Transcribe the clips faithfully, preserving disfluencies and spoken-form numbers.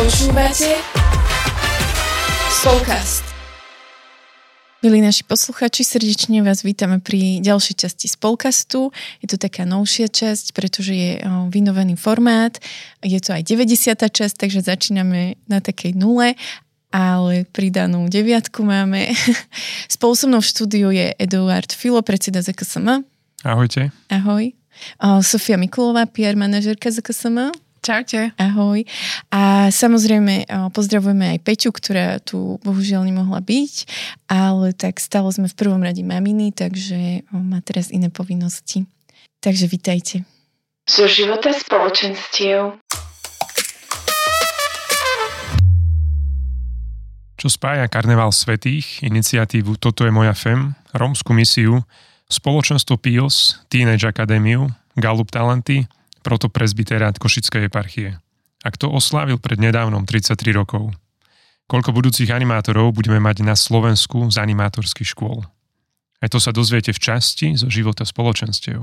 Počúvate Spolkast. Milí naši poslucháči, srdečne vás vítame pri ďalšej časti Spolkastu. Je to taká novšia časť, pretože je vynovený formát. Je to aj deväťdesiata časť, takže začíname na takej nule, ale pridanú deviatku máme. Spolu so mnou v štúdiu je Eduard Filo, predseda zet ká es em. Ahojte. Ahoj. Sofia Mikulová, pé er manažérka zet ká es em. Čaute. Ahoj. A samozrejme pozdravujeme aj Peťu, ktorá tu bohužiaľ nemohla byť, ale tak stále sme v prvom rade maminy, takže má teraz iné povinnosti. Takže vitajte. Zo života spoločenstiev. Čo spája Karneval svätých, iniciatívu Toto je moja fem, rómsku misiu, spoločenstvo pé í ó es, Teenage Akadémiu, Gallup Talenty, protopresbyterát Košickej eparchie. A kto oslávil pred nedávnom tridsaťtri rokov? Koľko budúcich animátorov budeme mať na Slovensku z animátorských škôl? Aj to sa dozviete v časti zo života spoločenstiev.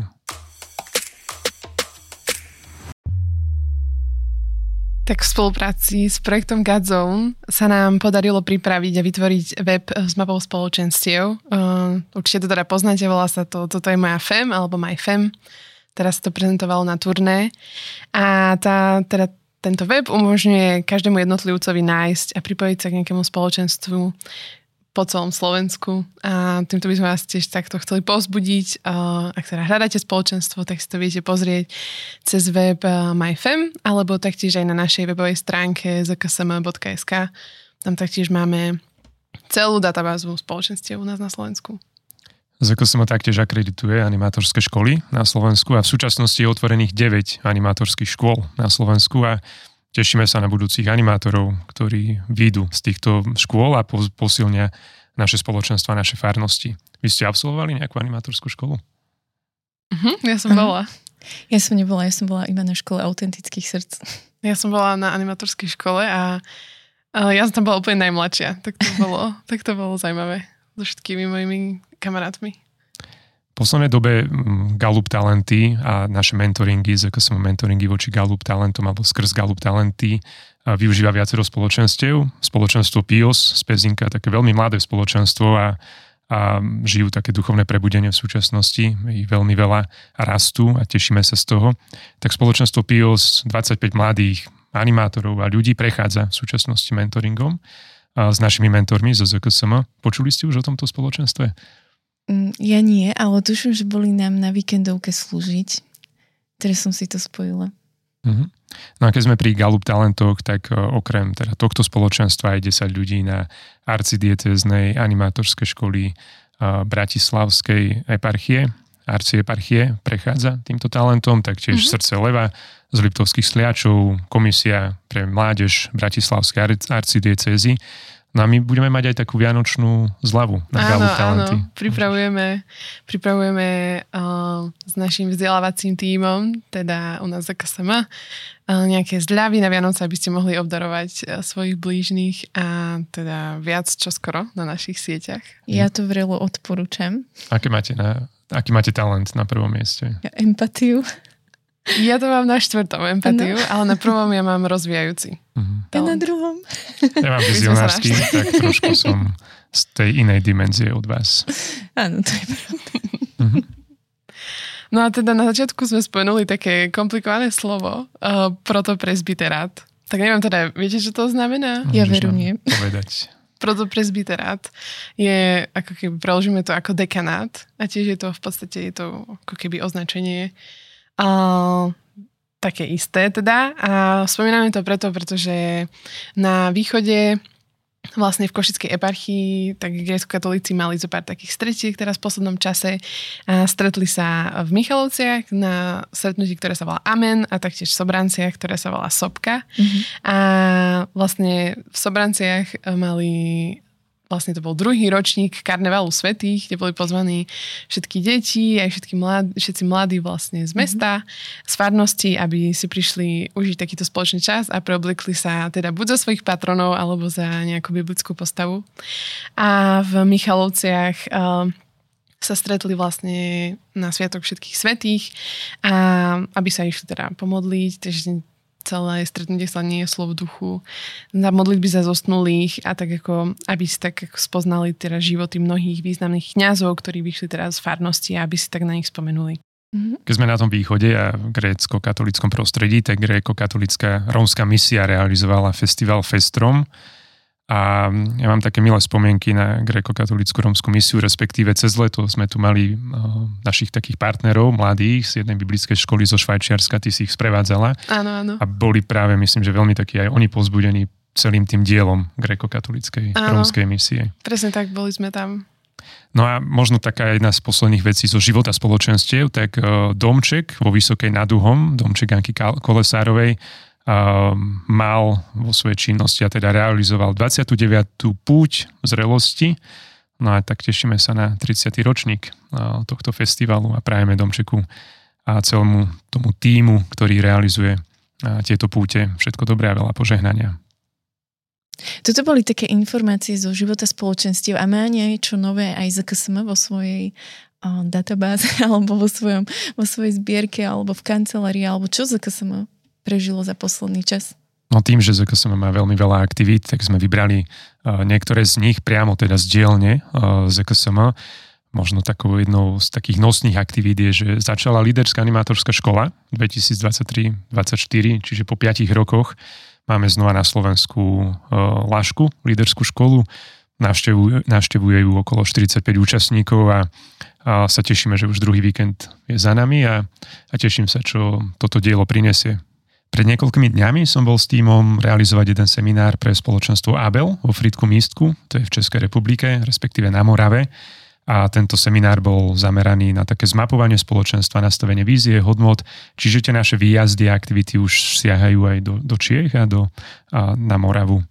Tak v spolupráci s projektom Godzone sa nám podarilo pripraviť a vytvoriť web s mapou spoločenstiev. Uh, určite to teda poznáte, volá sa to Toto je moja fem alebo My Fem. Teraz to prezentovalo na turné. A tá, teda tento web umožňuje každému jednotlivcovi nájsť a pripojiť sa k nejakému spoločenstvu po celom Slovensku. A týmto by sme vás tiež takto chceli povzbudiť. Ak teda hľadáte spoločenstvo, tak si to viete pozrieť cez web MyFem, alebo taktiež aj na našej webovej stránke zet ká es em bodka es ká. Tam taktiež máme celú databázu spoločenstiev u nás na Slovensku. zet ká es em taktiež akredituje animátorské školy na Slovensku a v súčasnosti je otvorených deväť animátorských škôl na Slovensku a tešíme sa na budúcich animátorov, ktorí výjdu z týchto škôl a posilnia naše spoločenstvo a naše farnosti. Vy ste absolvovali nejakú animátorskú školu? Uh-huh, ja som bola. Ja som nebola, ja som bola iba na škole autentických srdc. Ja som bola na animátorskej škole a ja som tam bola úplne najmladšia. Tak to bolo, tak to bolo zaujímavé so všetkými mojimi kamarátmi. V poslednej dobe Gallup Talenty a naše mentoringy, zet ká es em mentoringy voči Gallup Talentom alebo skrz Gallup Talenty využíva viacero spoločenstiev. Spoločenstvo pé í ó es z Pezinka, také veľmi mladé spoločenstvo a, a žijú také duchovné prebudenie v súčasnosti. Ich veľmi veľa rastú a tešíme sa z toho. Tak spoločenstvo pé í ó es, dvadsaťpäť mladých animátorov a ľudí prechádza v súčasnosti mentoringom a s našimi mentormi zo zet ká es em. Počuli ste už o tomto spoločenstve? Ja nie, ale tuším, že boli nám na víkendovke slúžiť. Teraz som si to spojila. Uh-huh. No a keď sme pri Gallup Talentoch, tak okrem teda tohto spoločenstva aj desať ľudí na arcidiecéznej animátorskej školy Bratislavskej eparchie, arcieparchie prechádza týmto talentom, taktiež uh-huh. Srdce leva z Liptovských Sliačov, komisia pre mládež Bratislavskej arcidiecézy. No a my budeme mať aj takú vianočnú zľavu na Gallup Talenty. Áno, pripravujeme, pripravujeme uh, s našim vzdelávacím tímom, teda u nás zet ká es em, uh, nejaké zľavy na Vianoce, aby ste mohli obdarovať uh, svojich blížnych a teda viac čoskoro na našich sieťach. Ja to vrelo odporúčam. Aké máte, na, aký máte talent na prvom mieste? Ja, empatiu. Ja to mám na štvrtom, empatiu, ano. Ale na prvom ja mám rozvíjajúci. Uh-huh. Ja na druhom. Ja mám vizionársky, tak trošku som z tej inej dimenzie od vás. Áno, to je pravda. Uh-huh. No a teda na začiatku sme spomenuli také komplikované slovo, uh, protopresbyterát. Tak neviem teda, viete, čo to znamená? Ja veru nie. Povedať. Protopresbyterát je, ako keby preložíme to ako dekanát a tiež je to v podstate je to ako keby označenie Uh, také isté teda a spomíname to preto, pretože na východe vlastne v Košickej eparchii tak gréckokatolíci mali zo pár takých stretiek teraz v poslednom čase a stretli sa v Michalovciach na stretnutí, ktoré sa volá Amen a taktiež v Sobranciach, ktoré sa volá Sopka. Mm-hmm. A vlastne v Sobranciach mali vlastne to bol druhý ročník Karnevalu svätých, kde boli pozvaní všetky deti, aj všetky mladí, všetci mladí vlastne z mesta, mm-hmm. z farnosti, aby si prišli užiť takýto spoločný čas a preobliekli sa teda buď za svojich patronov, alebo za nejakú biblickú postavu. A v Michalovciach uh, sa stretli vlastne na Sviatok všetkých svätých a aby sa išli teda pomodliť, takže celé stretnutie sa nieslo v duchu za modlitby za zosnulých a tak ako, aby si tak ako spoznali teda životy mnohých významných kňazov, ktorí vyšli teraz z farnosti a aby si tak na nich spomenuli. Keď sme na tom východe a v grécko-katolickom prostredí, tak grécko-katolická rómska misia realizovala festival Festrom a ja mám také milé spomienky na grécko-katolickú rómsku misiu, respektíve cez leto sme tu mali našich takých partnerov, mladých z jednej biblickej školy zo Švajčiarska, ty si ich sprevádzala. Áno, áno. A boli práve, myslím, že veľmi takí aj oni povzbudení celým tým dielom grécko-katolíckej rómskej misie. Presne tak, boli sme tam. No a možno taká jedna z posledných vecí zo života spoločenstiev, tak uh, domček vo Vysokej nad Uhom, domček Anky Kolesárovej, uh, mal vo svojej činnosti a teda realizoval dvadsiatu deviatu púť zrelosti. No a tak tešíme sa na tridsiaty ročník uh, tohto festivalu a prajeme domčeku a celému tomu tímu, ktorý realizuje uh, tieto púte. Všetko dobré a veľa požehnania. Toto boli také informácie zo života spoločenstiev a má niečo nové aj zet ká es em vo svojej o, databáze alebo vo, svojom, vo svojej zbierke alebo v kancelárii, alebo čo zet ká es em prežilo za posledný čas? No tým, že zet ká es em má veľmi veľa aktivít, tak sme vybrali uh, niektoré z nich priamo teda z dielne uh, zet ká es em. Možno takou jednou z takých nosných aktivít je, že začala líderská animátorská škola dvetisícdvadsaťtri dvadsaťštyri, čiže po piatich rokoch máme znova na Slovensku uh, Lašku, líderskú školu. Navštevuje, navštevuje ju okolo štyridsaťpäť účastníkov a, a sa tešíme, že už druhý víkend je za nami a, a teším sa, čo toto dielo prinesie. Pred niekoľkými dňami som bol s tímom realizovať jeden seminár pre spoločenstvo Abel vo Frýdku Místku, to je v Českej republike, respektíve na Morave. A tento seminár bol zameraný na také zmapovanie spoločenstva, nastavenie vízie, hodnot, čiže tie naše výjazdy a aktivity už siahajú aj do, do Čiech a, do, a na Moravu.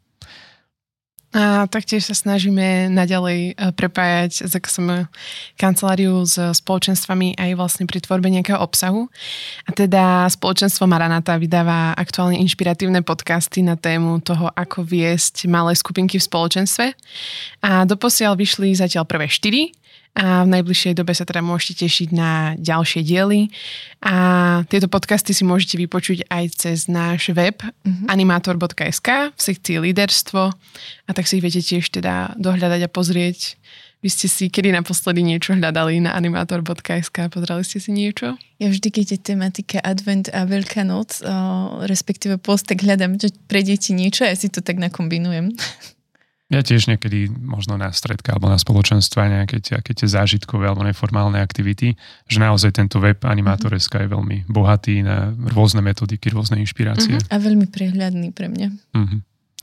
A taktiež sa snažíme naďalej prepájať zet ká es em kanceláriu s spoločenstvami aj vlastne pri tvorbe nejakého obsahu. A teda spoločenstvo Maranata vydáva aktuálne inšpiratívne podcasty na tému toho, ako viesť malé skupinky v spoločenstve. A doposiaľ vyšli zatiaľ prvé štyri. A v najbližšej dobe sa teda môžete tešiť na ďalšie diely. A tieto podcasty si môžete vypočuť aj cez náš web mm-hmm. animator bodka es ká v sekcii líderstvo. A tak si ich viete tiež teda dohľadať a pozrieť. Vy ste si kedy naposledy niečo hľadali na animator bodka es ká? Pozreli ste si niečo? Ja vždy, keď je tematika advent a Veľká noc, o, respektíve post, tak hľadám že pre deti niečo a ja si to tak nakombinujem. Ja tiež niekedy možno na stredka alebo na spoločenstva nejaké tie, tie zážitkové alebo neformálne aktivity, že naozaj tento web animátor bodka es ká je veľmi bohatý na rôzne metodiky, rôzne inšpirácie. Uh-huh. A veľmi prehľadný pre mňa. Uh-huh.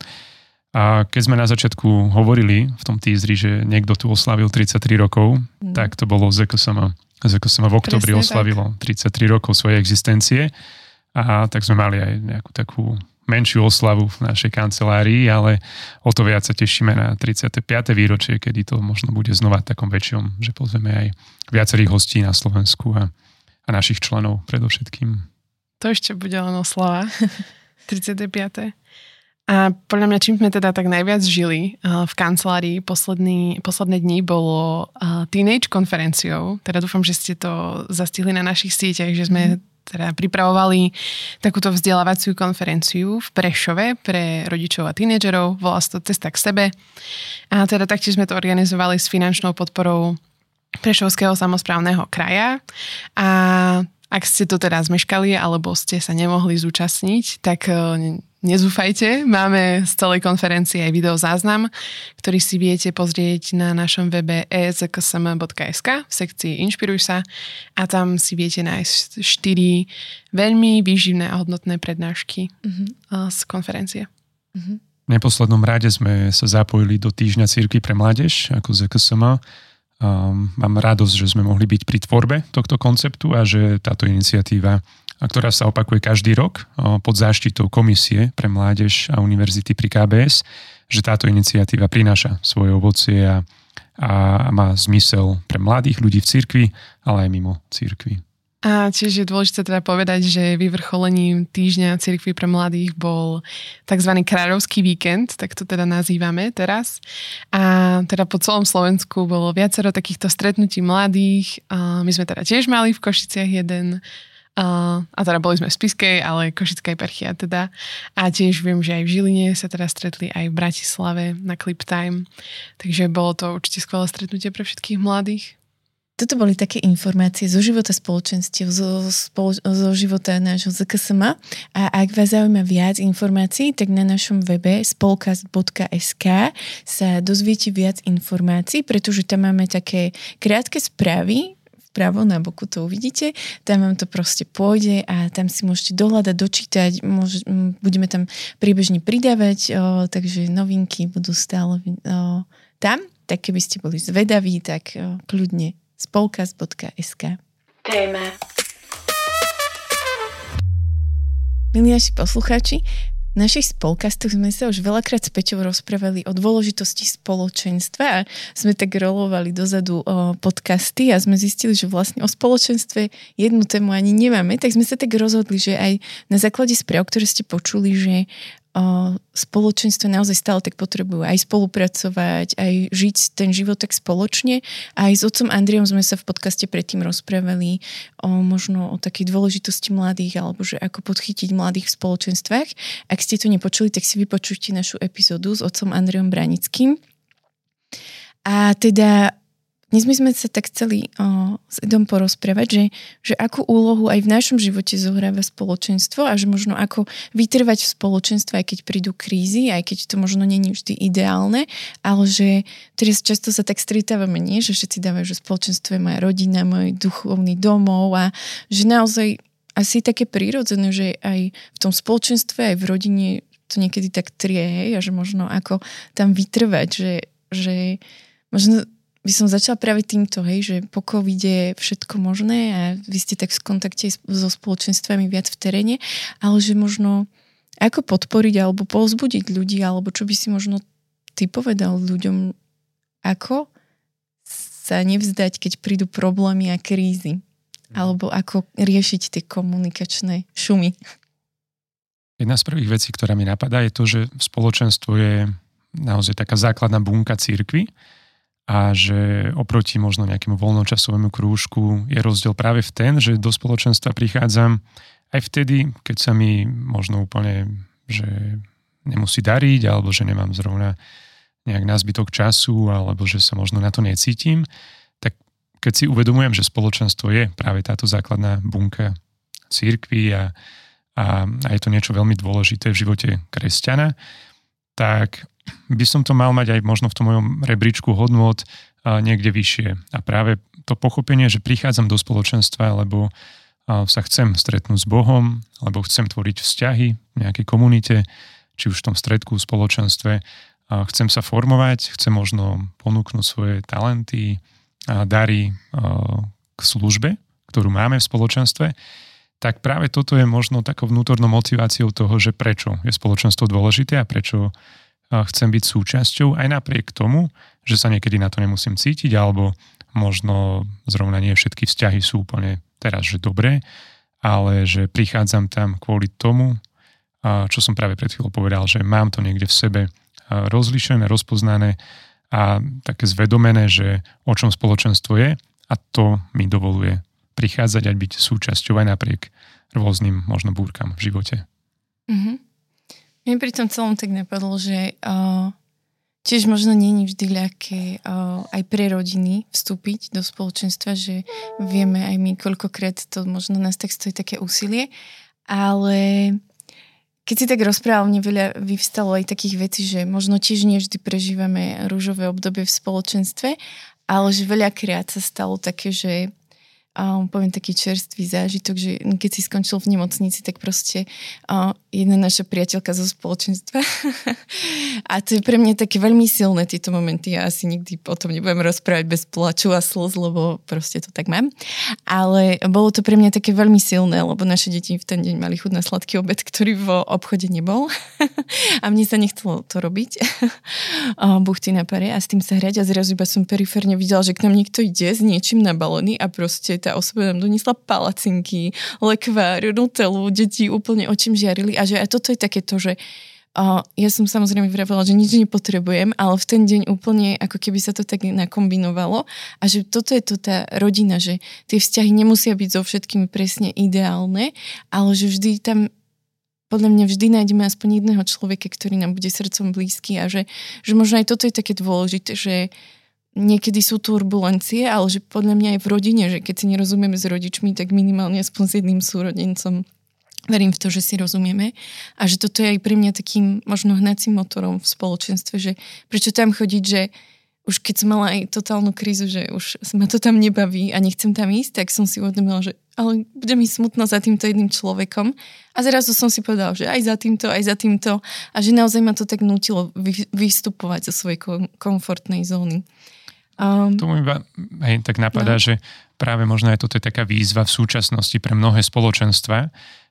A keď sme na začiatku hovorili v tom teaseri, že niekto tu oslavil tridsaťtri rokov, uh-huh. tak to bolo zet ká es em. zet ká es em v oktobri oslavilo tak. tridsaťtri rokov svojej existencie a tak sme mali aj nejakú takú menšiu oslavu v našej kancelárii, ale o to viac sa tešíme na tridsiate piate výročie, kedy to možno bude znova v takom väčšom, že pozveme aj viacerých hostí na Slovensku a, a našich členov predovšetkým. To ešte bude len oslava. tridsiate piate A podľa mňa, čím sme teda tak najviac žili uh, v kancelárii posledný, posledné dní bolo uh, teenage konferenciou. Teda dúfam, že ste to zastihli na našich sieťach, že sme mm. teda pripravovali takúto vzdelávaciu konferenciu v Prešove pre rodičov a tínedžerov. Volá sa to Cesta k sebe. A teda taktiež sme to organizovali s finančnou podporou Prešovského samosprávneho kraja. A ak ste to teda zmeškali alebo ste sa nemohli zúčastniť, tak nezúfajte. Máme z celej konferencie aj videozáznam, ktorý si viete pozrieť na našom webe e z k s m bodka es ká v sekcii Inšpiruj sa a tam si viete nájsť štyri veľmi výživné a hodnotné prednášky uh-huh. z konferencie. Uh-huh. V neposlednom rade sme sa zapojili do Týždňa cirkvi pre mládež ako zet ká es em. Um, mám radosť, že sme mohli byť pri tvorbe tohto konceptu a že táto iniciatíva, ktorá sa opakuje každý rok pod záštitou Komisie pre mládež a univerzity pri ká bé es, že táto iniciatíva prináša svoje ovocie a, a má zmysel pre mladých ľudí v cirkvi, ale aj mimo cirkvi. A tiež je dôležité teda povedať, že vyvrcholením Týždňa cirkvi pre mladých bol tzv. Kráľovský víkend, tak to teda nazývame teraz. A teda po celom Slovensku bolo viacero takýchto stretnutí mladých. A my sme teda tiež mali v Košiciach jeden Uh, a teda boli sme v Spiskej, ale Košická eparchia teda. A tiež viem, že aj v Žiline sa teda stretli, aj v Bratislave na Clip Time. Takže bolo to určite skvelé stretnutie pre všetkých mladých. Toto boli také informácie zo života spoločenstiev, zo, spolo, zo života nášho zet ká es em. A ak vás zaujíma viac informácií, tak na našom webe spolkast bodka es ká sa dozviete viac informácií, pretože tam máme také krátke správy, vpravo na boku to uvidíte, tam vám to proste pôjde a tam si môžete dohľadať, dočítať, môže, budeme tam priebežne pridávať, o, takže novinky budú stále o, tam, tak keby ste boli zvedaví, tak o, kľudne spolkast bodka es ká. Téma. Milí naši poslucháči, v našich spolkastoch sme sa už veľakrát s Peťou rozprávali o dôležitosti spoločenstva a sme tak rolovali dozadu o podcasty a sme zistili, že vlastne o spoločenstve jednu tému ani nemáme, tak sme sa tak rozhodli, že aj na základe správ, ktoré ste počuli, že o, spoločenstvo naozaj stále tak potrebujú aj spolupracovať, aj žiť ten život tak spoločne. A aj s otcom Andriom sme sa v podcaste predtým rozprávali o možno o takej dôležitosti mladých, alebo že ako podchytiť mladých v spoločenstvách. Ak ste to nepočuli, tak si vypočujte našu epizódu s otcom Andriom Branickým. A teda dnes my sme sa tak chceli o, s Edom porozprávať, že, že akú úlohu aj v našom živote zohráva spoločenstvo a že možno ako vytrvať v spoločenstve, aj keď prídu krízy, aj keď to možno nie je vždy ideálne, ale že teraz často sa tak stretávame, nie? Že všetci dávajú, že spoločenstvo je moja rodina, môj duchovný domov a že naozaj asi je také prirodzené, že aj v tom spoločenstve, aj v rodine to niekedy tak trie, hej, a že možno ako tam vytrvať, že, že možno by som začala práve týmto, hej, že po covide je všetko možné a vy ste tak v kontakte so spoločenstvami viac v teréne, ale že možno ako podporiť alebo povzbudiť ľudí, alebo čo by si možno ty povedal ľuďom, ako sa nevzdať, keď prídu problémy a krízy, alebo ako riešiť tie komunikačné šumy. Jedna z prvých vecí, ktorá mi napadá, je to, že spoločenstvo je naozaj taká základná bunka cirkvi, a že oproti možno nejakému voľnočasovému krúžku je rozdiel práve v ten, že do spoločenstva prichádzam aj vtedy, keď sa mi možno úplne, že nemusí dariť, alebo že nemám zrovna nejak nazbytok času, alebo že sa možno na to necítim, tak keď si uvedomujem, že spoločenstvo je práve táto základná bunka cirkvi a, a, a je to niečo veľmi dôležité v živote kresťana, tak by som to mal mať aj možno v tom mojom rebríčku hodnôt niekde vyššie. A práve to pochopenie, že prichádzam do spoločenstva, lebo sa chcem stretnúť s Bohom, lebo chcem tvoriť vzťahy v nejakej komunite, či už v tom stredku, v spoločenstve. Chcem sa formovať, chcem možno ponúknuť svoje talenty a dary k službe, ktorú máme v spoločenstve, tak práve toto je možno takou vnútornou motiváciou toho, že prečo je spoločenstvo dôležité a prečo chcem byť súčasťou, aj napriek tomu, že sa niekedy na to nemusím cítiť, alebo možno zrovna nie všetky vzťahy sú úplne teraz, že dobré, ale že prichádzam tam kvôli tomu, čo som práve pred chvíľou povedal, že mám to niekde v sebe rozlišené, rozpoznané a také zvedomené, že o čom spoločenstvo je a to mi dovoluje prichádzať a byť súčasťou aj napriek rôznym možno búrkam v živote. Mhm. Mne pri tom celom tak napadlo, že uh, tiež možno nie je vždy ľahké uh, aj pre rodiny vstúpiť do spoločenstva, že vieme aj my koľkokrát to možno nás tak stojí také úsilie, ale keď si tak rozprával, mne veľa vyvstalo aj takých vecí, že možno tiež nie vždy prežívame rúžové obdobie v spoločenstve, ale že veľakrát sa stalo také, že a poviem taký čerstvý zážitok, že keď si skončil v nemocnici, tak proste uh, jedna naša priateľka zo spoločenstva a to je pre mňa také veľmi silné tieto momenty. Ja asi nikdy potom nebudem rozprávať bez plaču a slz, lebo proste to tak mám. Ale bolo to pre mňa také veľmi silné, lebo naše deti v ten deň mali chuť na sladký obed, ktorý v obchode nebol a mne sa nechcelo to robiť. Buchty na pare a s tým sa hrať a zrazu iba som periférne videla, že k nám niekto ide s niečím nabalený a proste tá osoba nám doniesla palacinky, lekvár, nutelu, deti úplne očím žiarili a že a toto je také to, že Uh, ja som samozrejme vravela, že nič nepotrebujem, ale v ten deň úplne ako keby sa to tak nakombinovalo a že toto je to tá rodina, že tie vzťahy nemusia byť so všetkými presne ideálne, ale že vždy tam podľa mňa vždy nájdeme aspoň jedného človeka, ktorý nám bude srdcom blízky a že, že možno aj toto je také dôležité, že niekedy sú turbulencie, ale že podľa mňa aj v rodine, že keď si nerozumieme s rodičmi, tak minimálne aspoň s jedným súrodencom verím v to, že si rozumieme a že toto je aj pre mňa takým možno hnacím motorom v spoločenstve, že prečo tam chodiť, že už keď som mala aj totálnu krízu, že už ma to tam nebaví a nechcem tam ísť, tak som si uvedomila, že ale bude mi smutno za týmto jedným človekom a zrazu som si povedala, že aj za týmto, aj za týmto a že naozaj ma to tak nútilo vy, vystupovať zo svojej kom, komfortnej zóny. Um, Tomu iba hej, tak napadá, no. že práve možno aj toto je taká výzva v súčasnosti pre mnohé spoločenstva,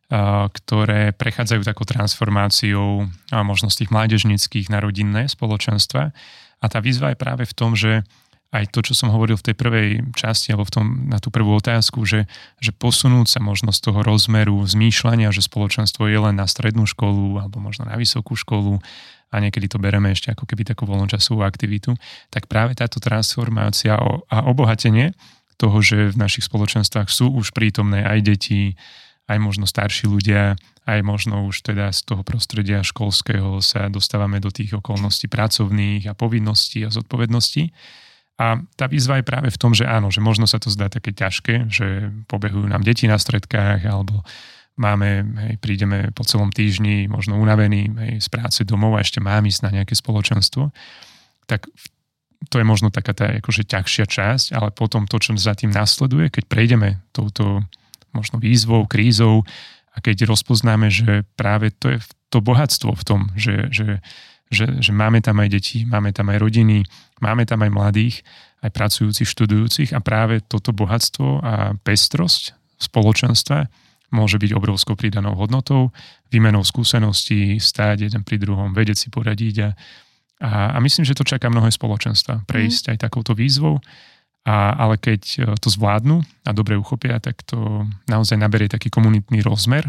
ktoré prechádzajú takou transformáciou a možno z tých mládežnických na rodinné spoločenstva. A tá výzva je práve v tom, že aj to, čo som hovoril v tej prvej časti, alebo v tom, na tú prvú otázku, že, že posunúť sa možno z toho rozmeru zmýšľania, že spoločenstvo je len na strednú školu alebo možno na vysokú školu a niekedy to bereme ešte ako keby takú voľnočasovú aktivitu, tak práve táto transformácia a obohatenie toho, že v našich spoločenstvách sú už prítomné aj deti, aj možno starší ľudia, aj možno už teda z toho prostredia školského sa dostávame do tých okolností pracovných a povinností a zodpovedností. A tá výzva je práve v tom, že áno, že možno sa to zdá také ťažké, že pobehujú nám deti na stredkách, alebo máme, hej, prídeme po celom týždni možno unavení, hej, z práce domov a ešte mám ísť na nejaké spoločenstvo. Tak to je možno taká tá akože ťažšia časť, ale potom to, čo za tým nasleduje, keď prejdeme touto možno výzvou, krízou a keď rozpoznáme, že práve to je to bohatstvo v tom, že, že, že, že máme tam aj deti, máme tam aj rodiny, máme tam aj mladých, aj pracujúcich, študujúcich a práve toto bohatstvo a pestrosť spoločenstva môže byť obrovskou pridanou hodnotou, výmenou skúseností, stáť jeden pri druhom, vedieť si poradiť a, a, a myslím, že to čaká mnohé spoločenstva prejsť mm. aj takouto výzvou. A, ale keď to zvládnu a dobre uchopia, tak to naozaj naberie taký komunitný rozmer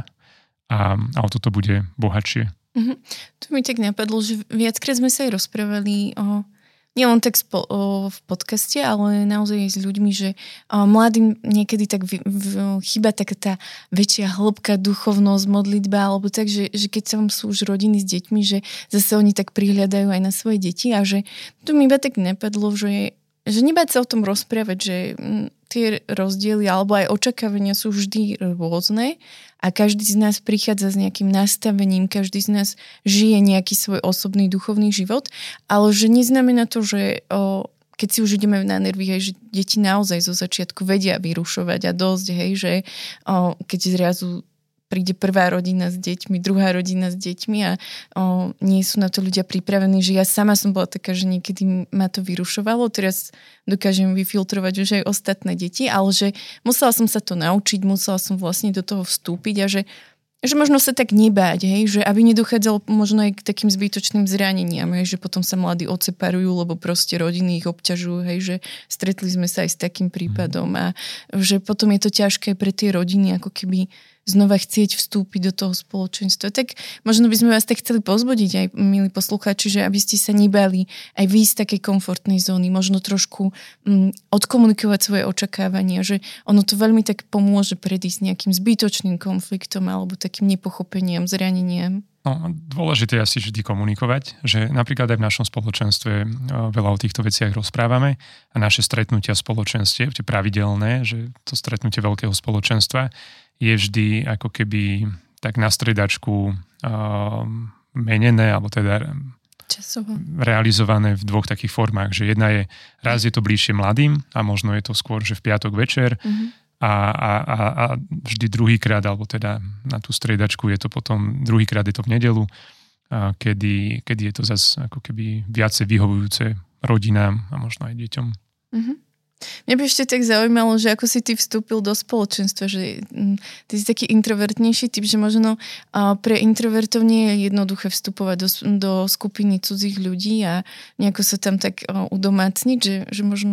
a, a o toto bude bohatšie. Mm-hmm. Tu mi tak napadlo, že viackrát sme sa aj rozprávali o, nielen tak spo, o, v podcaste, ale naozaj aj s ľuďmi, že o, mladým niekedy tak v, v, chýba taká tá väčšia hĺbka, duchovnosť, modlitba, alebo tak, že, že keď tam sú už rodiny s deťmi, že zase oni tak prihľadajú aj na svoje deti a že tu mi iba tak napadlo, že že nebáť sa o tom rozprávať, že tie rozdiely alebo aj očakávania sú vždy rôzne a každý z nás prichádza s nejakým nastavením, každý z nás žije nejaký svoj osobný duchovný život, ale že neznamená to, že o, keď si už ideme na nervy, hej, že deti naozaj zo začiatku vedia vyrušovať a dosť, hej, že o, keď zrazu príde prvá rodina s deťmi, druhá rodina s deťmi a o, nie sú na to ľudia pripravení, že ja sama som bola taká, že niekedy ma to vyrušovalo, teraz dokážem vyfiltrovať už aj ostatné deti, ale že musela som sa to naučiť, musela som vlastne do toho vstúpiť a že že možno sa tak nebáť, hej, že aby nedochádzalo možno aj k takým zbytočným zraneniam, hej, že potom sa mladí odseparujú, lebo proste rodiny ich obťažujú, hej, že stretli sme sa aj s takým prípadom a že potom je to ťažké pre tie rodiny, ako keby znova chcieť vstúpiť do toho spoločenstva. Tak možno by sme vás tak chceli pozbudiť aj, milí poslucháči, že aby ste sa nebali aj výjsť z takej komfortnej zóny, možno trošku mm, odkomunikovať svoje očakávania, že ono to veľmi tak pomôže predísť nejakým zbytočným konfliktom alebo takým nepochopeniam, zraneniam. No, dôležité je asi vždy komunikovať, že napríklad aj v našom spoločenstve veľa o týchto veciach rozprávame a naše stretnutia spoločenstiev, tie pravidelné, že to stretnutie veľkého spoločenstva je vždy ako keby tak na stredačku uh, menené, alebo teda časovo realizované v dvoch takých formách, že jedna je, raz je to bližšie mladým a možno je to skôr, že v piatok večer mm-hmm. a, a, a, a vždy druhýkrát, alebo teda na tú stredačku je to potom, druhýkrát je to v nedeľu, a kedy, kedy je to zase ako keby viacej vyhovujúce rodinám a možno aj deťom. Mm-hmm. Mňa by ešte tak zaujímalo, že ako si ty vstúpil do spoločenstva, že ty si taký introvertnejší typ, že možno pre introvertov nie je jednoduché vstupovať do, do skupiny cudzích ľudí a nejako sa tam tak udomácniť, že, že možno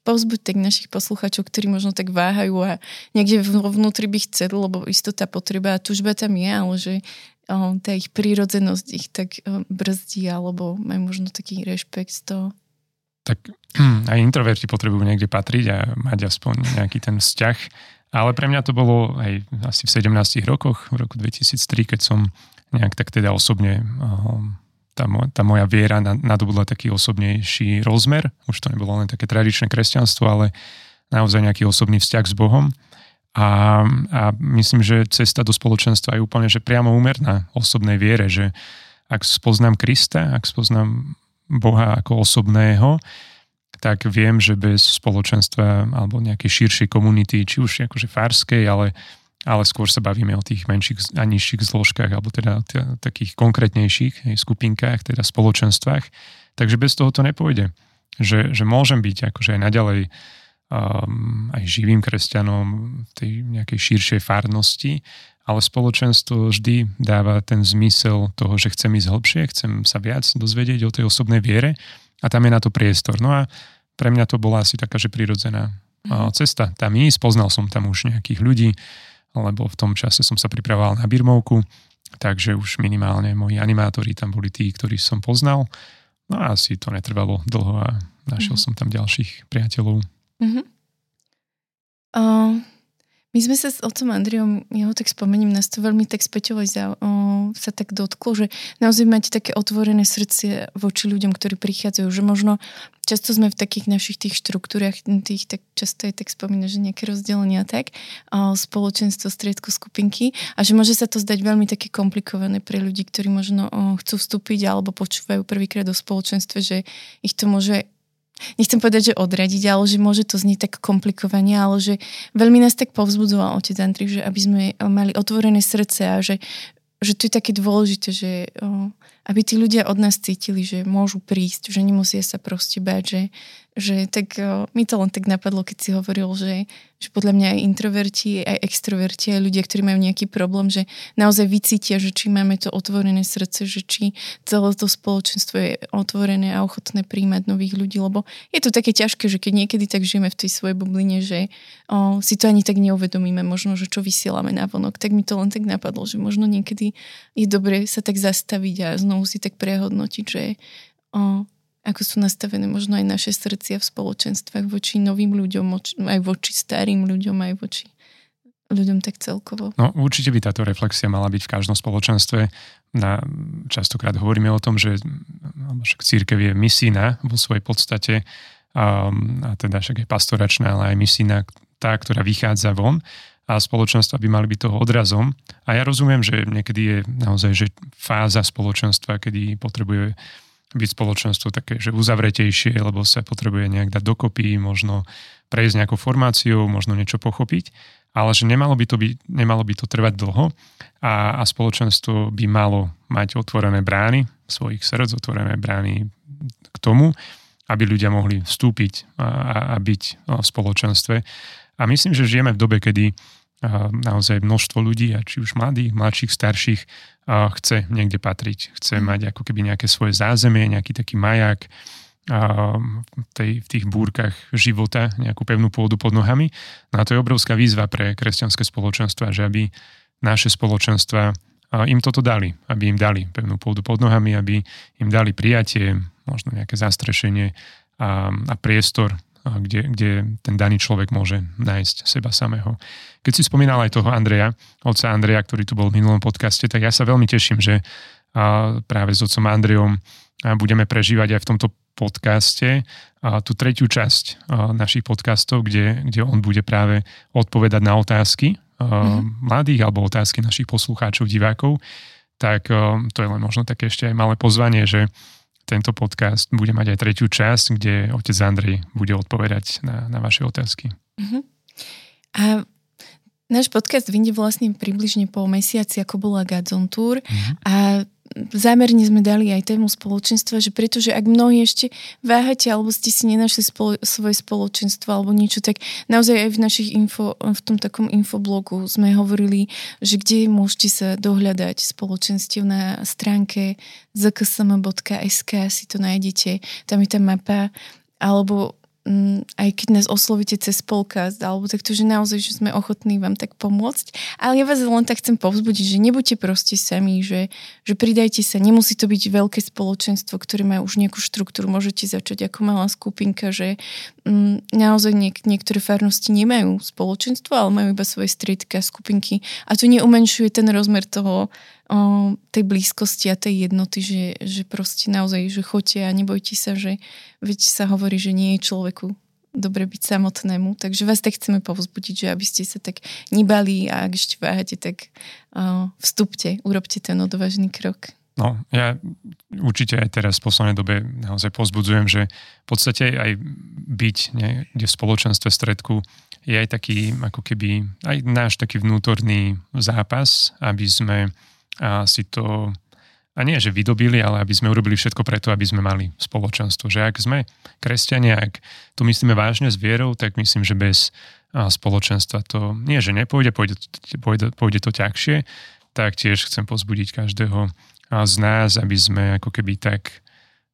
povzbuď tak našich poslucháčov, ktorí možno tak váhajú a niekde vnútri by chceli, lebo istotá potreba a tužba tam je, ale že o, tá ich prírodzenosť ich tak o, brzdí, alebo majú možno taký rešpekt z toho. Tak hm, aj introverti potrebujú niekde patriť a mať aspoň nejaký ten vzťah. Ale pre mňa to bolo aj asi v sedemnástich rokoch, v roku dvetisíctri, keď som nejak tak teda osobne... O, Tá, tá moja viera nadobudla taký osobnejší rozmer. Už to nebolo len také tradičné kresťanstvo, ale naozaj nejaký osobný vzťah s Bohom. A, a myslím, že cesta do spoločenstva je úplne že priamo úmerná osobnej viere, že ak spoznám Krista, ak spoznám Boha ako osobného, tak viem, že bez spoločenstva alebo nejakej širšej komunity, či už akože farskej, ale ale skôr sa bavíme o tých menších a nižších zložkách, alebo teda t- takých konkrétnejších hej, skupinkách, teda spoločenstvách. Takže bez toho to nepôjde. Že, že môžem byť akože aj naďalej um, aj živým kresťanom v tej nejakej širšej farnosti, ale spoločenstvo vždy dáva ten zmysel toho, že chcem ísť hlbšie, chcem sa viac dozvedieť o tej osobnej viere a tam je na to priestor. No a pre mňa to bola asi taká, že prirodzená mm. cesta. Tam ísť, poznal som tam už nejakých ľudí, lebo v tom čase som sa pripravoval na birmovku, takže už minimálne moji animátori tam boli tí, ktorých som poznal. No a asi to netrvalo dlho a našiel mm-hmm. som tam ďalších priateľov. Mm-hmm. Uh, my sme sa s otcom Andriom, jeho tak spomením, nás to veľmi tak späťovať za, uh, sa tak dotklo, že naozaj máte také otvorené srdce voči ľuďom, ktorí prichádzajú, že možno často sme v takých našich tých štruktúrach, tých tak často je tak spomína, že nejaké rozdelenia tak, uh, spoločenstvo, striedko, skupinky a že môže sa to zdať veľmi také komplikované pre ľudí, ktorí možno uh, chcú vstúpiť alebo počúvajú prvýkrát do spoločenstve, že ich to môže nechcem povedať, že odradiť, ale že môže to znieť tak komplikovane, ale že veľmi nás tak povzbudzoval otec Andrej, že aby sme mali otvorené srdce a že, že to je také dôležité, že o, aby tí ľudia od nás cítili, že môžu prísť, že nemusia sa proste báť, že, že tak o, mi to len tak napadlo, keď si hovoril, že, že podľa mňa aj introverti, aj extroverti, aj ľudia, ktorí majú nejaký problém, že naozaj vycítia, že či máme to otvorené srdce, že či celé to spoločenstvo je otvorené a ochotné príjmať nových ľudí, lebo je to také ťažké, že keď niekedy tak žijeme v tej svojej bubline, že o, si to ani tak neuvedomíme, možno, že čo vysielame navonok, tak mi to len tak napadlo, že možno niekedy je dobre sa tak zastaviť a znovu si tak prehodnotiť, že o, ako sú nastavené možno aj naše srdcia v spoločenstvách voči novým ľuďom, aj voči starým ľuďom, aj voči ľuďom tak celkovo. No určite by táto reflexia mala byť v každom spoločenstve. Na, častokrát hovoríme o tom, že však cirkev je misijná vo svojej podstate um, a teda však je pastoračná, ale aj misijná tá, ktorá vychádza von a spoločenstva by mali byť toho odrazom. A ja rozumiem, že niekedy je naozaj že fáza spoločenstva, kedy potrebuje byť spoločenstvo také, že uzavretejšie, lebo sa potrebuje nejak dať dokopy, možno prejsť nejakou formáciou, možno niečo pochopiť, ale že nemalo by to, byť, nemalo by to trvať dlho a, a spoločenstvo by malo mať otvorené brány svojich srdc, otvorené brány k tomu, aby ľudia mohli vstúpiť a, a, a byť v spoločenstve. A myslím, že žijeme v dobe, kedy naozaj množstvo ľudí, a či už mladých, mladších, starších, chce niekde patriť. Chce mať ako keby nejaké svoje zázemie, nejaký taký majak v, tej, v tých búrkach života, nejakú pevnú pôdu pod nohami. No a to je obrovská výzva pre kresťanské spoločenstva, že aby naše spoločenstva im toto dali, aby im dali pevnú pôdu pod nohami, aby im dali prijatie, možno nejaké zastrešenie a, a priestor, Kde, kde ten daný človek môže nájsť seba samého. Keď si spomínal aj toho Andreja, otca Andreja, ktorý tu bol v minulom podcaste, tak ja sa veľmi teším, že práve s otcom Andrejom budeme prežívať aj v tomto podcaste tú tretiu časť našich podcastov, kde, kde on bude práve odpovedať na otázky mm-hmm. mladých alebo otázky našich poslucháčov, divákov. Tak to je len možno také ešte aj malé pozvanie, že tento podcast bude mať aj tretiu časť, kde otec Andrej bude odpovedať na, na vaše otázky. Uh-huh. A náš podcast vyjde vlastne približne po mesiaci, ako bola Godzone Tour. Uh-huh. A zámerne sme dali aj tému spoločenstva, že pretože ak mnohí ešte váhate, alebo ste si nenašli spolo- svoje spoločenstvo alebo niečo, tak naozaj aj v našich info, v tom takom infoblogu sme hovorili, že kde môžete sa dohľadať spoločenstiev na stránke zet ká es em bodka es ká si to nájdete, tam je tá mapa, alebo um, aj keď nás oslovíte cez podcast, alebo takto, že naozaj, že sme ochotní vám tak pomôcť. Ale ja vás len tak chcem povzbudiť, že nebuďte proste sami, že, že pridajte sa. Nemusí to byť veľké spoločenstvo, ktoré má už nejakú štruktúru. Môžete začať ako malá skupinka, že um, naozaj niek- niektoré farnosti nemajú spoločenstvo, ale majú iba svoje striedka, skupinky. A to neumenšuje ten rozmer toho O, tej blízkosti a tej jednoty, že, že proste naozaj, že choďte a nebojte sa, že veď sa hovorí, že nie je človeku dobre byť samotnému, takže vás tak chceme povzbudiť, že aby ste sa tak nebali a ak ešte váhate, tak o, vstupte, urobte ten odvážny krok. No, ja určite aj teraz v poslednej dobe naozaj povzbudzujem, že v podstate aj byť niekde v spoločenstve stredku je aj taký, ako keby, aj náš taký vnútorný zápas, aby sme a si to, a nie že vydobili, ale aby sme urobili všetko preto, aby sme mali spoločenstvo. Že ak sme kresťania, ak to myslíme vážne s vierou, tak myslím, že bez spoločenstva to nie, že nepôjde, pôjde, pôjde, pôjde to ťažšie, tak tiež chcem pozbudiť každého z nás, aby sme ako keby tak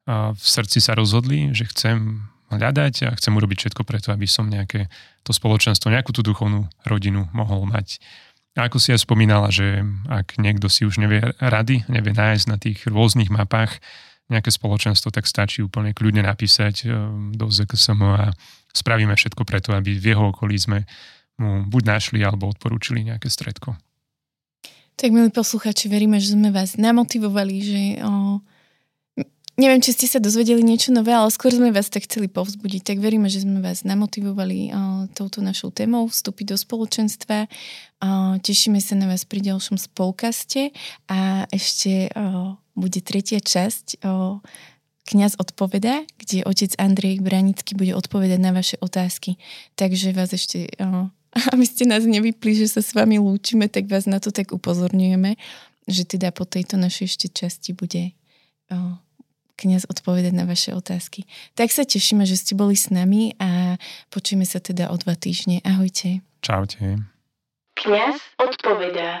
v srdci sa rozhodli, že chcem hľadať a chcem urobiť všetko preto, aby som nejaké to spoločenstvo, nejakú tú duchovnú rodinu mohol mať. A ako si aj spomínala, že ak niekto si už nevie rady, nevie nájsť na tých rôznych mapách nejaké spoločenstvo, tak stačí úplne kľudne napísať do zet ká es em a spravíme všetko preto, aby v jeho okolí sme mu buď našli, alebo odporúčili nejaké stredko. Tak, milí posluchači, veríme, že sme vás namotivovali, že o, neviem, či ste sa dozvedeli niečo nové, ale skôr sme vás tak chceli povzbudiť. Tak veríme, že sme vás namotivovali o, touto našou témou vstúpiť do spoločenstva. O, tešíme sa na vás pri ďalšom spolkaste a ešte o, bude tretia časť o Kňaz odpovedá, kde otec Andrej Branický bude odpovedať na vaše otázky. Takže vás ešte, o, aby ste nás nevypli, že sa s vami lúčime, tak vás na to tak upozorňujeme, že teda po tejto našej ešte časti bude o, Kňaz odpovedať na vaše otázky. Tak sa tešíme, že ste boli s nami a počujeme sa teda o dva týždne. Ahojte. Čaute. Kňaz odpovedá.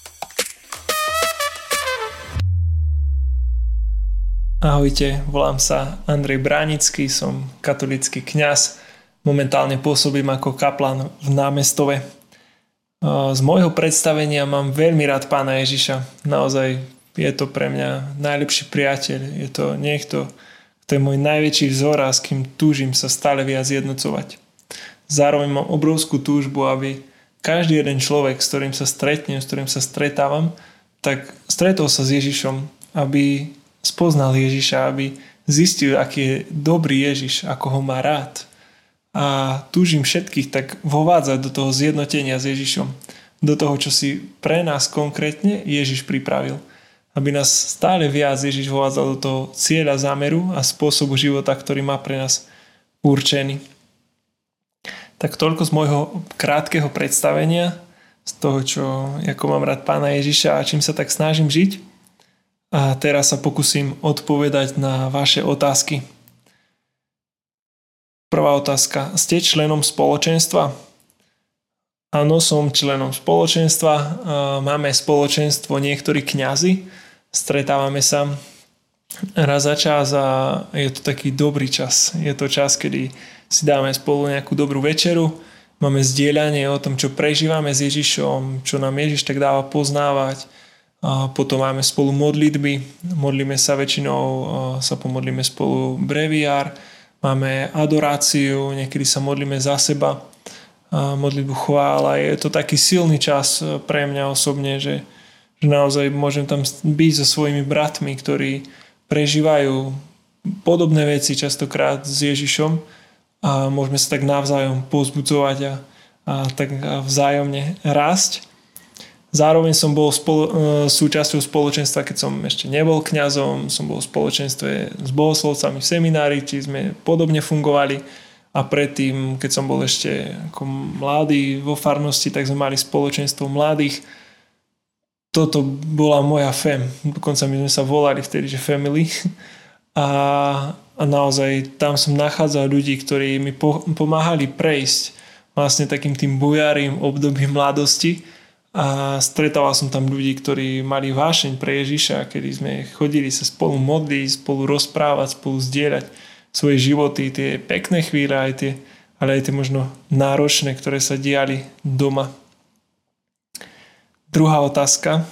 Ahojte, volám sa Andrej Bránický, som katolícky kňaz. Momentálne pôsobím ako kaplan v Námestove. Z môjho predstavenia mám veľmi rád Pána Ježiša. Naozaj je to pre mňa najlepší priateľ. Je to niekto, kto je môj najväčší vzor a s kým túžim sa stále viac jednocovať. Zároveň mám obrovskú túžbu, aby každý jeden človek, s ktorým sa stretnem, s ktorým sa stretávam, tak stretol sa s Ježišom, aby spoznal Ježiša, aby zistil, aký je dobrý Ježiš, ako ho má rád. A túžim všetkých tak vovádzať do toho zjednotenia s Ježišom, do toho, čo si pre nás konkrétne Ježiš pripravil. Aby nás stále viac Ježiš vovádzal do toho cieľa, zámeru a spôsobu života, ktorý má pre nás určený. Tak toľko z môjho krátkeho predstavenia, z toho, čo, ako mám rád Pána Ježiša a čím sa tak snažím žiť. A teraz sa pokúsim odpovedať na vaše otázky. Prvá otázka. Ste členom spoločenstva? Áno, som členom spoločenstva. Máme spoločenstvo niektorí kňazi. Stretávame sa raz za čas a je to taký dobrý čas. Je to čas, kedy si dáme spolu nejakú dobrú večeru. Máme zdieľanie o tom, čo prežívame s Ježišom, čo nám Ježiš tak dáva poznávať. A potom máme spolu modlitby. Modlíme sa väčšinou, sa pomodlíme spolu breviár. Máme adoráciu, niekedy sa modlíme za seba. Modlitbu chvála. Je to taký silný čas pre mňa osobne, že, že naozaj môžem tam byť so svojimi bratmi, ktorí prežívajú podobné veci častokrát s Ježišom a môžeme sa tak navzájom povzbudzovať a, a tak vzájomne rásť. Zároveň som bol spolo, súčasťou spoločenstva, keď som ešte nebol kňazom, som bol v spoločenstve s bohoslovcami v seminári, či sme podobne fungovali. A predtým, keď som bol ešte ako mladý vo farnosti, tak sme mali spoločenstvo mladých. Toto bola moja fam. Dokonca my sme sa volali vtedy, že family. A, a naozaj tam som nachádzal ľudí, ktorí mi po, pomáhali prejsť vlastne takým tým bujárým obdobím mladosti. A stretával som tam ľudí, ktorí mali vášeň pre Ježiša, kedy sme chodili sa spolu modliť, spolu rozprávať, spolu zdieľať svoje životy, tie pekné chvíle, aj tie, ale aj tie možno náročné, ktoré sa diali doma. Druhá otázka.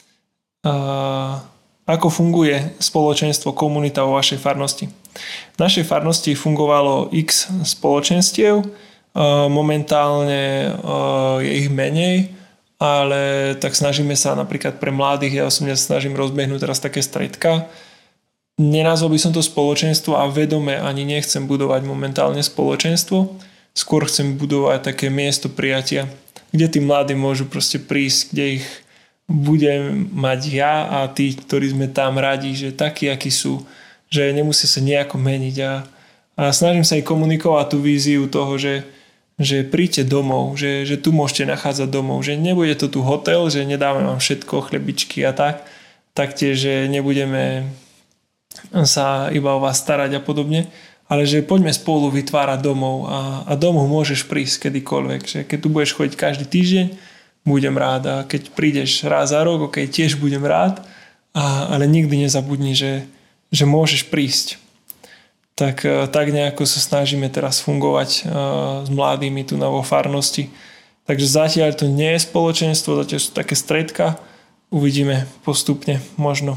A ako funguje spoločenstvo, komunita vo vašej farnosti? V našej farnosti fungovalo x spoločenstiev, momentálne je ich menej, ale tak snažíme sa napríklad pre mladých, ja osobne snažím rozbehnúť teraz také stredka. Nenazval by som to spoločenstvo a vedome ani nechcem budovať momentálne spoločenstvo, skôr chcem budovať také miesto prijatia, kde tí mladí môžu proste prísť, kde ich budem mať ja a tí, ktorí sme tam radi, že takí, akí sú, že nemusí sa nejako meniť a, a snažím sa aj komunikovať tú víziu toho, že, že príďte domov, že, že tu môžete nachádzať domov, že nebude to tu hotel, že nedáme vám všetko, chlebičky a tak, taktiež, že nebudeme sa iba o vás starať a podobne, ale že poďme spolu vytvárať domov a, a domov môžeš prísť kedykoľvek, že keď tu budeš chodiť každý týždeň, budem rád a keď prídeš raz za rok, ok, tiež budem rád, a, ale nikdy nezabudni, že že môžeš prísť. Tak, tak nejako sa snažíme teraz fungovať s mladými tu na vo farnosti. Takže zatiaľ to nie je spoločenstvo, zatiaľ sú také stredka. Uvidíme postupne, možno.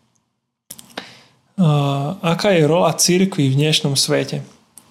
Aká je rola cirkvi v dnešnom svete?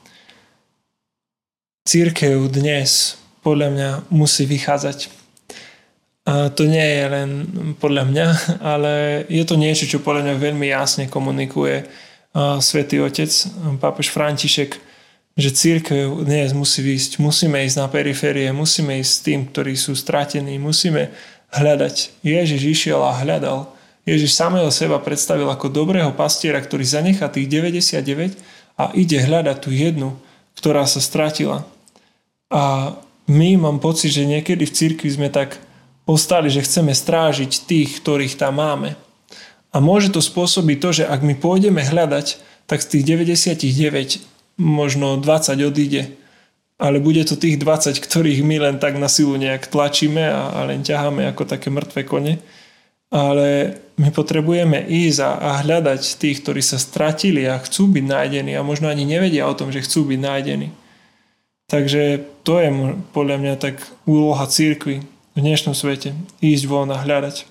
Cirkev dnes podľa mňa musí vychádzať. A to nie je len podľa mňa, ale je to niečo, čo podľa mňa veľmi jasne komunikuje Svätý Otec, pápež František, že cirkev dnes musí ísť, musíme ísť na periférie, musíme ísť s tým, ktorí sú stratení, musíme hľadať. Ježiš išiel a hľadal. Ježiš samého seba predstavil ako dobrého pastiera, ktorý zanechá tých deväťdesiatdeväť a ide hľadať tú jednu, ktorá sa stratila. A my mám pocit, že niekedy v cirkvi sme tak ostali, že chceme strážiť tých, ktorých tam máme. A môže to spôsobiť to, že ak my pôjdeme hľadať, tak z tých deväťdesiatdeväť možno dvadsať odíde. Ale bude to tých dvadsať, ktorých my len tak na silu nejak tlačíme a, a len ťaháme ako také mŕtve kone. Ale my potrebujeme ísť a, a hľadať tých, ktorí sa stratili a chcú byť nájdení a možno ani nevedia o tom, že chcú byť nájdení. Takže to je podľa mňa tak úloha cirkvi v dnešnom svete, ísť von a hľadať.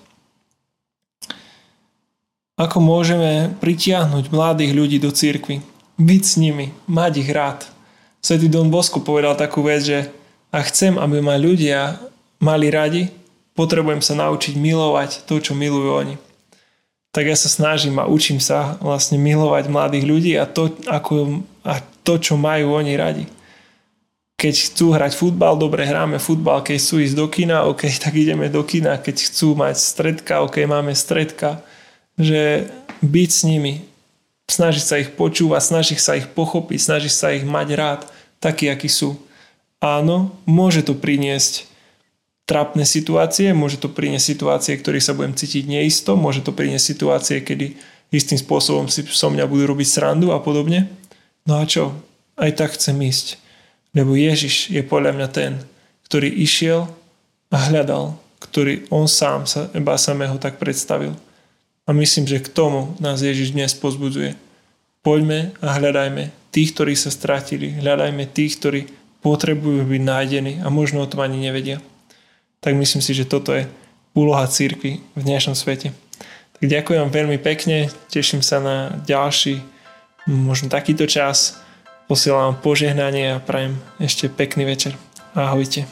Ako môžeme pritiahnuť mladých ľudí do cirkvi, byť s nimi, mať ich rád. Svätý Don Bosco povedal takú vec, že ak chcem, aby ma ľudia mali radi, potrebujem sa naučiť milovať to, čo milujú oni. Tak ja sa snažím a učím sa vlastne milovať mladých ľudí a to, ako, a to čo majú oni radi. Keď chcú hrať futbal, dobre, hráme futbal. Keď chcú ísť do kina, ok, tak ideme do kina. Keď chcú mať stredka, ok, máme stredka. Že byť s nimi, snažiť sa ich počúvať, snažiť sa ich pochopiť, snažiť sa ich mať rád, takí, akí sú. Áno, môže to priniesť trápne situácie, môže to priniesť situácie, ktorých sa budem cítiť neisto, môže to priniesť situácie, kedy istým spôsobom si so mňa budú robiť srandu a podobne. No a čo? Aj tak chcem ísť. Lebo Ježiš je podľa mňa ten, ktorý išiel a hľadal, ktorý on sám sa iba samého tak predstavil. A myslím, že k tomu nás Ježiš dnes pozbudzuje. Poďme a hľadajme tých, ktorí sa stratili. Hľadajme tých, ktorí potrebujú byť nájdení a možno o tom ani nevedia. Tak myslím si, že toto je úloha cirkvi v dnešnom svete. Tak ďakujem veľmi pekne, teším sa na ďalší, možno takýto čas. Posielam požehnanie a prajem ešte pekný večer. Ahojte.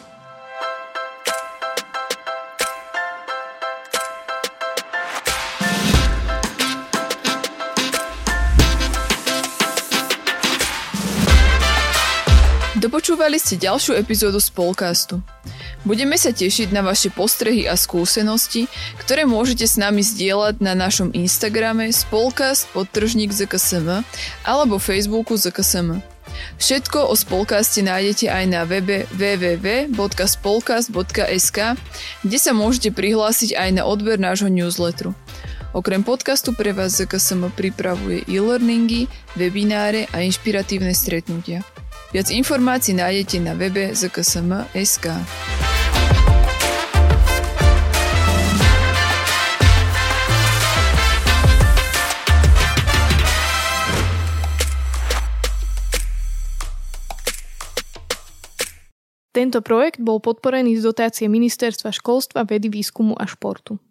Dopočúvali ste ďalšiu epizódu Spolcastu. Budeme sa tešiť na vaše postrehy a skúsenosti, ktoré môžete s nami zdieľať na našom Instagrame spolcast podtržník zet ká es em alebo Facebooku zet ká es em. Všetko o Spolcaste nájdete aj na webe w w w bodka spolcast bodka es ká, kde sa môžete prihlásiť aj na odber nášho newsletteru. Okrem podcastu pre vás zet ká es em pripravuje e-learningy, webináre a inšpiratívne stretnutia. Viac informácií nájdete na webe zet ká es em bodka es ká. Tento projekt bol podporený z dotácie Ministerstva školstva, vedy, výskumu a športu.